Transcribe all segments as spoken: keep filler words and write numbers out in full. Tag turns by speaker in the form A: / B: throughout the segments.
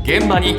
A: 現場に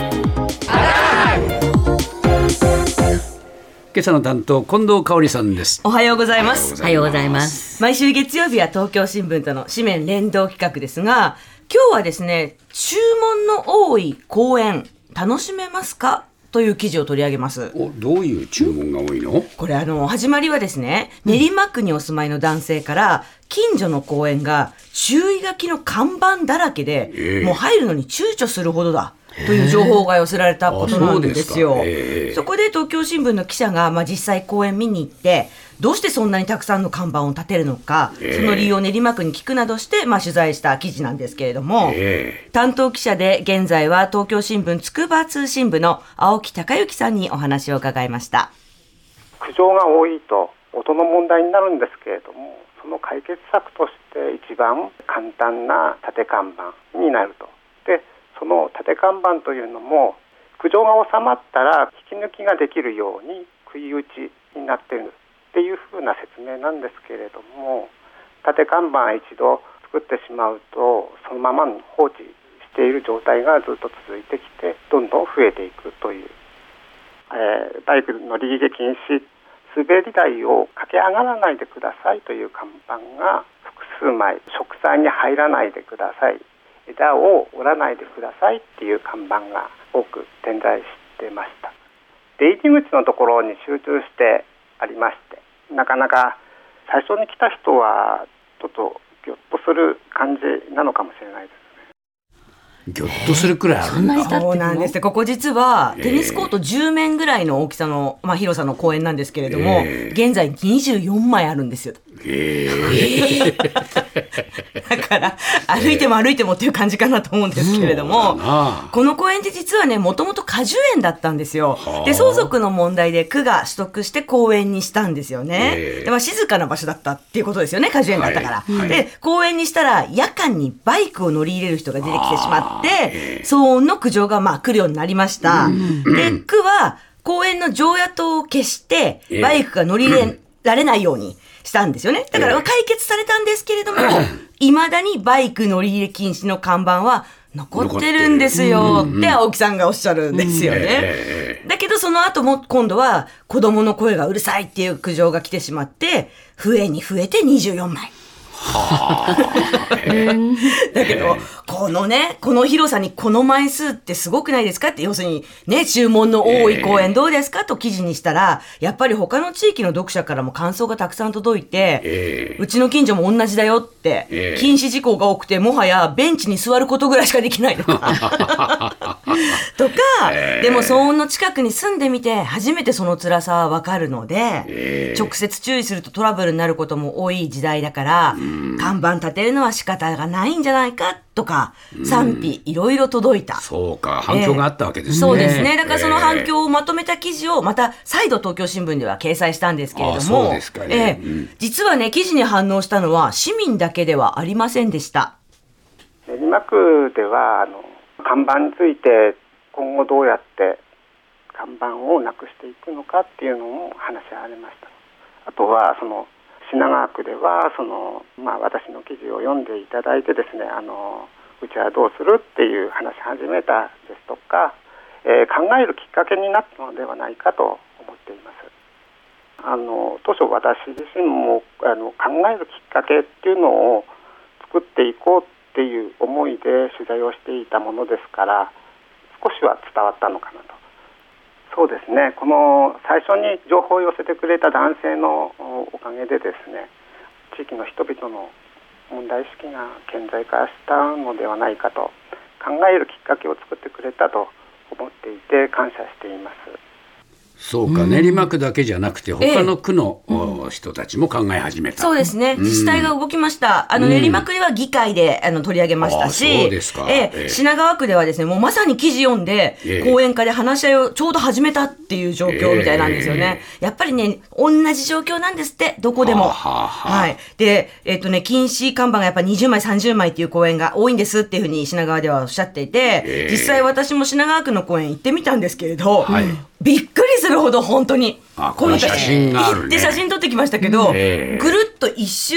B: 今朝の担当近藤香織さんです。
C: おはようございます。
A: おはようございます。
C: 毎週月曜日は東京新聞との紙面連動企画ですが、今日はですね、注文の多い公演楽しめますかという記事を取り上げます。
B: お、どういう注文が多いの？
C: これあの始まりはですね、練馬区にお住まいの男性から、近所の公園が注意書きの看板だらけで、
B: えー、
C: もう入るのに躊躇するほどだという情報が寄せられたことなんですよ。
B: そうですか。えー、
C: そこで東京新聞の記者が、まあ、実際公園見に行って、どうしてそんなにたくさんの看板を立てるのか、えー、その理由を練馬区に聞くなどして、まあ、取材した記事なんですけれども、えー、担当記者で現在は東京新聞つくば通信部の青木隆之さんにお話を伺いました。
D: 苦情が多いと音の問題になるんですけれども、その解決策として一番簡単な立て看板になると。でその立て看板というのも、苦情が収まったら引き抜きができるように杭打ちになっているっていうふうな説明なんですけれども、立て看板一度作ってしまうとそのまま放置している状態がずっと続いてきて、どんどん増えていくという、えー、バイクの離陸禁止、滑り台を駆け上がらないでくださいという看板が複数枚、植栽に入らないでください、枝を折らないでくださいっていう看板が多く点在してました。出入り口のところに集中してありまして、なかなか最初に来た人はちょっとギョッとする感じなのかもしれないですね。
B: ギョッとするくらいあるんだ。
C: そうなんです。ここ実はテニスコートじゅうめんぐらいの大きさの、まあ、広さの公園なんですけれども、えー、現在にじゅうよんまいあるんですよ。
B: えー、
C: だから歩いても歩いてもっていう感じかなと思うんですけれども、うん、この公園って実はね、もともと果樹園だったんですよ。で相続の問題で区が取得して公園にしたんですよね。えーでまあ、静かな場所だったっていうことですよね、果樹園だったから、はいはい、で公園にしたら夜間にバイクを乗り入れる人が出てきてしまって、騒音の苦情がまあ来るようになりました。うん、で区は公園の常夜灯を消してバイクが乗り入れられないようにしたんですよね。だから解決されたんですけれども、いまだにバイク乗り入れ禁止の看板は残ってるんですよって青木さんがおっしゃるんですよね。だけどその後も今度は子供の声がうるさいっていう苦情が来てしまって、増えに増えてにじゅうよんまい。だけどこのね、この広さにこの枚数ってすごくないですかって、要するにね、注文の多い公園どうですかと記事にしたら、やっぱり他の地域の読者からも感想がたくさん届いて、えー、うちの近所も同じだよって、えー、禁止事項が多くてもはやベンチに座ることぐらいしかできないとかとか、えー、でも騒音の近くに住んでみて初めてその辛さはわかるので、えー、直接注意するとトラブルになることも多い時代だから、看板立てるのは仕方がないんじゃないかとか賛否いろいろ届いた。
B: そうか、反響があったわけですね。
C: そうですね。だからその反響をまとめた記事をまた再度東京新聞では掲載したんですけれども、
B: そうですかね、
C: えーうん、実はね、記事に反応したのは市民だけではありませんでした。
D: 練馬区ではあの看板について今後どうやって看板をなくしていくのかっていうのも話し合われました。あとはその品川区ではその、まあ、私の記事を読んでいただいてですね、あのうちはどうするっていう話し始めたですとか、えー、考えるきっかけになったのではないかと思っています。あの当初私自身もあの考えるきっかけっていうのを作っていこうっていう思いで取材をしていたものですから、少しは伝わったのかなと。そうですね、この最初に情報を寄せてくれた男性のおかげでですね、地域の人々の問題意識が顕在化したのではないかと、考えるきっかけを作ってくれたと思っていて感謝しています。
B: そうか、練馬区だけじゃなくて他の区の、ええ、人たちも考え始めた。
C: そうですね、自治体が動きました。あの練馬区では議会であの取り上げましたし、
B: そうですか、
C: ええ、品川区ではですね、もうまさに記事読んで、ええ、講演会で話し合いをちょうど始めたっていう状況みたいなんですよね、ええ、やっぱりね、同じ状況なんですって、どこでも。はあはあ、はい。で、えっとね、禁止看板がやっぱりにじゅうまいさんじゅうまいっていう公園が多いんですっていうふうに品川ではおっしゃっていて、ええ、実際私も品川区の公園行ってみたんですけれど、はい、びっくりするほど本当に
B: あ、この写真があるね。
C: で写真撮ってきましたけど、ぐるっと一周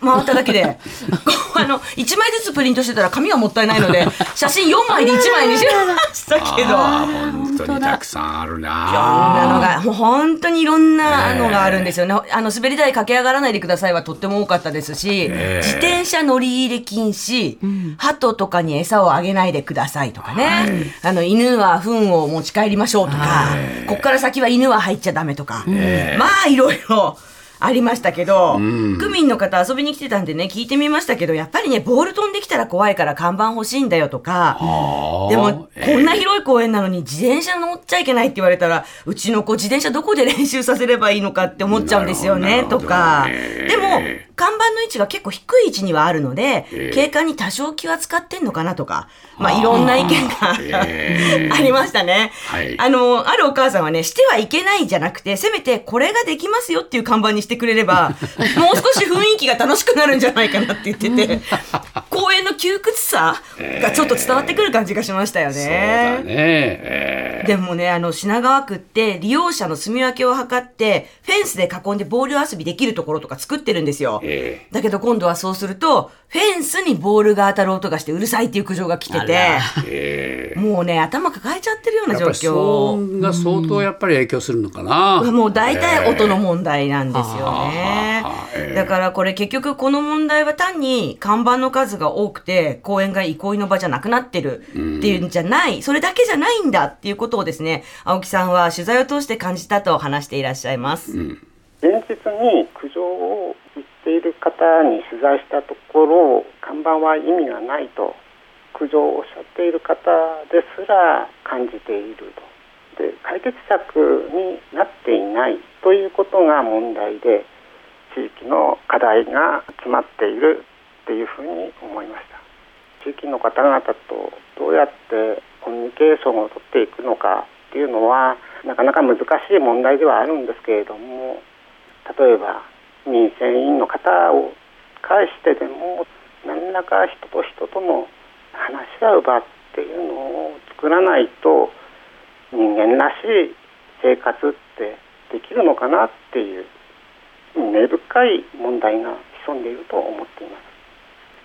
C: 回っただけであのいちまいずつプリントしてたら紙がもったいないので写真よんまいでいちまいにしましたけど
B: 本当にたくさんあるな。
C: いろんなのがもう本当にいろんなのがあるんですよね。あの滑り台駆け上がらないでくださいはとっても多かったですし、自転車乗り入れ禁止、うん、鳩とかに餌をあげないでくださいとかね、はい、あの犬は糞を持ち帰りましょうとか、こっから先は犬は入っちゃダメとか、まあいろいろありましたけど、うん、区民の方遊びに来てたんでね聞いてみましたけど、やっぱりねボール飛んできたら怖いから看板欲しいんだよとか、でも、えー、こんな広い公園なのに自転車乗っちゃいけないって言われたら、うちの子自転車どこで練習させればいいのかって思っちゃうんですよねとか、えー、でも看板の位置が結構低い位置にはあるので、えー、景観に多少気は使ってんのかなとか、まあいろんな意見が、えー、ありましたね、はい、あのあるお母さんはね、してはいけないじゃなくてせめてこれができますよっていう看板にしてくれればもう少し雰囲気が楽しくなるんじゃないかなって言ってて公園の窮屈さがちょっと伝わってくる感じがしましたよね、えー、そうだね、えー、でもねあの品川区って利用者の住み分けを図ってフェンスで囲んでボール遊びできるところとか作ってるんですよ、えー、だけど今度はそうするとフェンスにボールが当たる音がしてうるさいっていう苦情が来てて、えー、もうね頭抱えちゃってるような状況。
B: 騒音が相当やっぱり影響するのかな、
C: うん、もう大体音の問題なんですよね、えー、だからこれ結局この問題は単に看板の数が多くて公園が憩いの場じゃなくなってるっていうんじゃない、うん、それだけじゃないんだっていうことをですね、青木さんは取材を通して感じたと話していらっしゃいます、うん、
D: 現実に苦情を言っている方に取材したところ、看板は意味がないと苦情をおっしゃっている方ですら感じていると。で、解決策になっていないということが問題で、地域の課題が詰まっているっていうふうに思いました。地域の方々とどうやってコミュニケーションを取っていくのかっていうのはなかなか難しい問題ではあるんですけれども、例えば民生委員の方を介してでも何らか人と人との話し合う場っていうのを作らないと人間らしい生活ってできるのかなっていう根深い問題が潜んでいると思っています。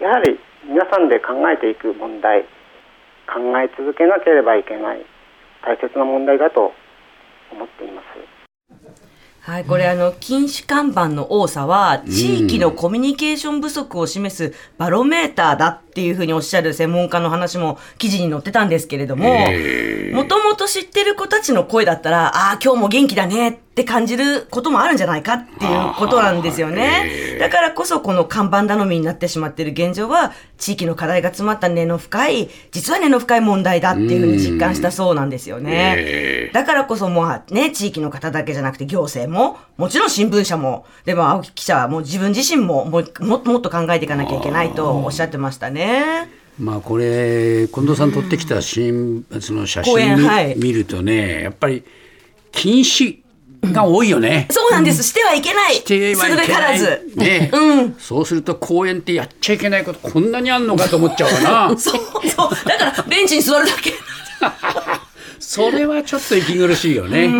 D: やはり皆さんで考えていく問題、考え続けなければいけない大切な問題だと思っています。
C: はい、これあの禁止看板の多さは地域のコミュニケーション不足を示すバロメーターだっていうふうにおっしゃる専門家の話も記事に載ってたんですけれども、もともと知ってる子たちの声だったら、ああ今日も元気だねって感じることもあるんじゃないかっていうことなんですよね。だからこそこの看板頼みになってしまっている現状は地域の課題が詰まった根の深い、実は根の深い問題だっていうふうに実感したそうなんですよね。だからこそもうね、地域の方だけじゃなくて行政も、もちろん新聞社も、でも青木記者はもう自分自身ももっともっと考えていかなきゃいけないとおっしゃってましたね。
B: まあ、これ近藤さん撮ってきた新その写真見、はい、見るとね、やっぱり禁止が多いよね、
C: うん、そうなんです。してはいけない、してはいけない、するべからず、
B: ね、うん、そうすると公園ってやっちゃいけないことこんなにあんのかと思っちゃうかな
C: そうそう、だからベンチに座るだけ
B: それはちょっと息苦しいよね。うん、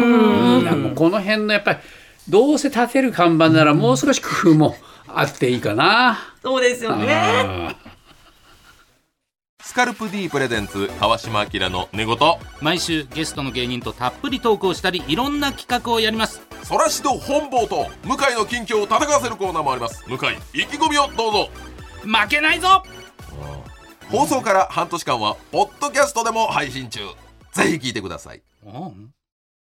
B: うん、もうこの辺のやっぱりどうせ立てる看板ならもう少し工夫もあっていいかな。
C: そうですよね。
A: スカルプ D プレゼンツ川島明の寝言。
E: 毎週ゲストの芸人とたっぷりトークをしたり、いろんな企画をやります。
A: そらしど本坊と向井の近況を戦わせるコーナーもあります。向井意気込みをどうぞ。
E: 負けないぞ。
A: 放送から半年間はポッドキャストでも配信中。ぜひ聞いてください。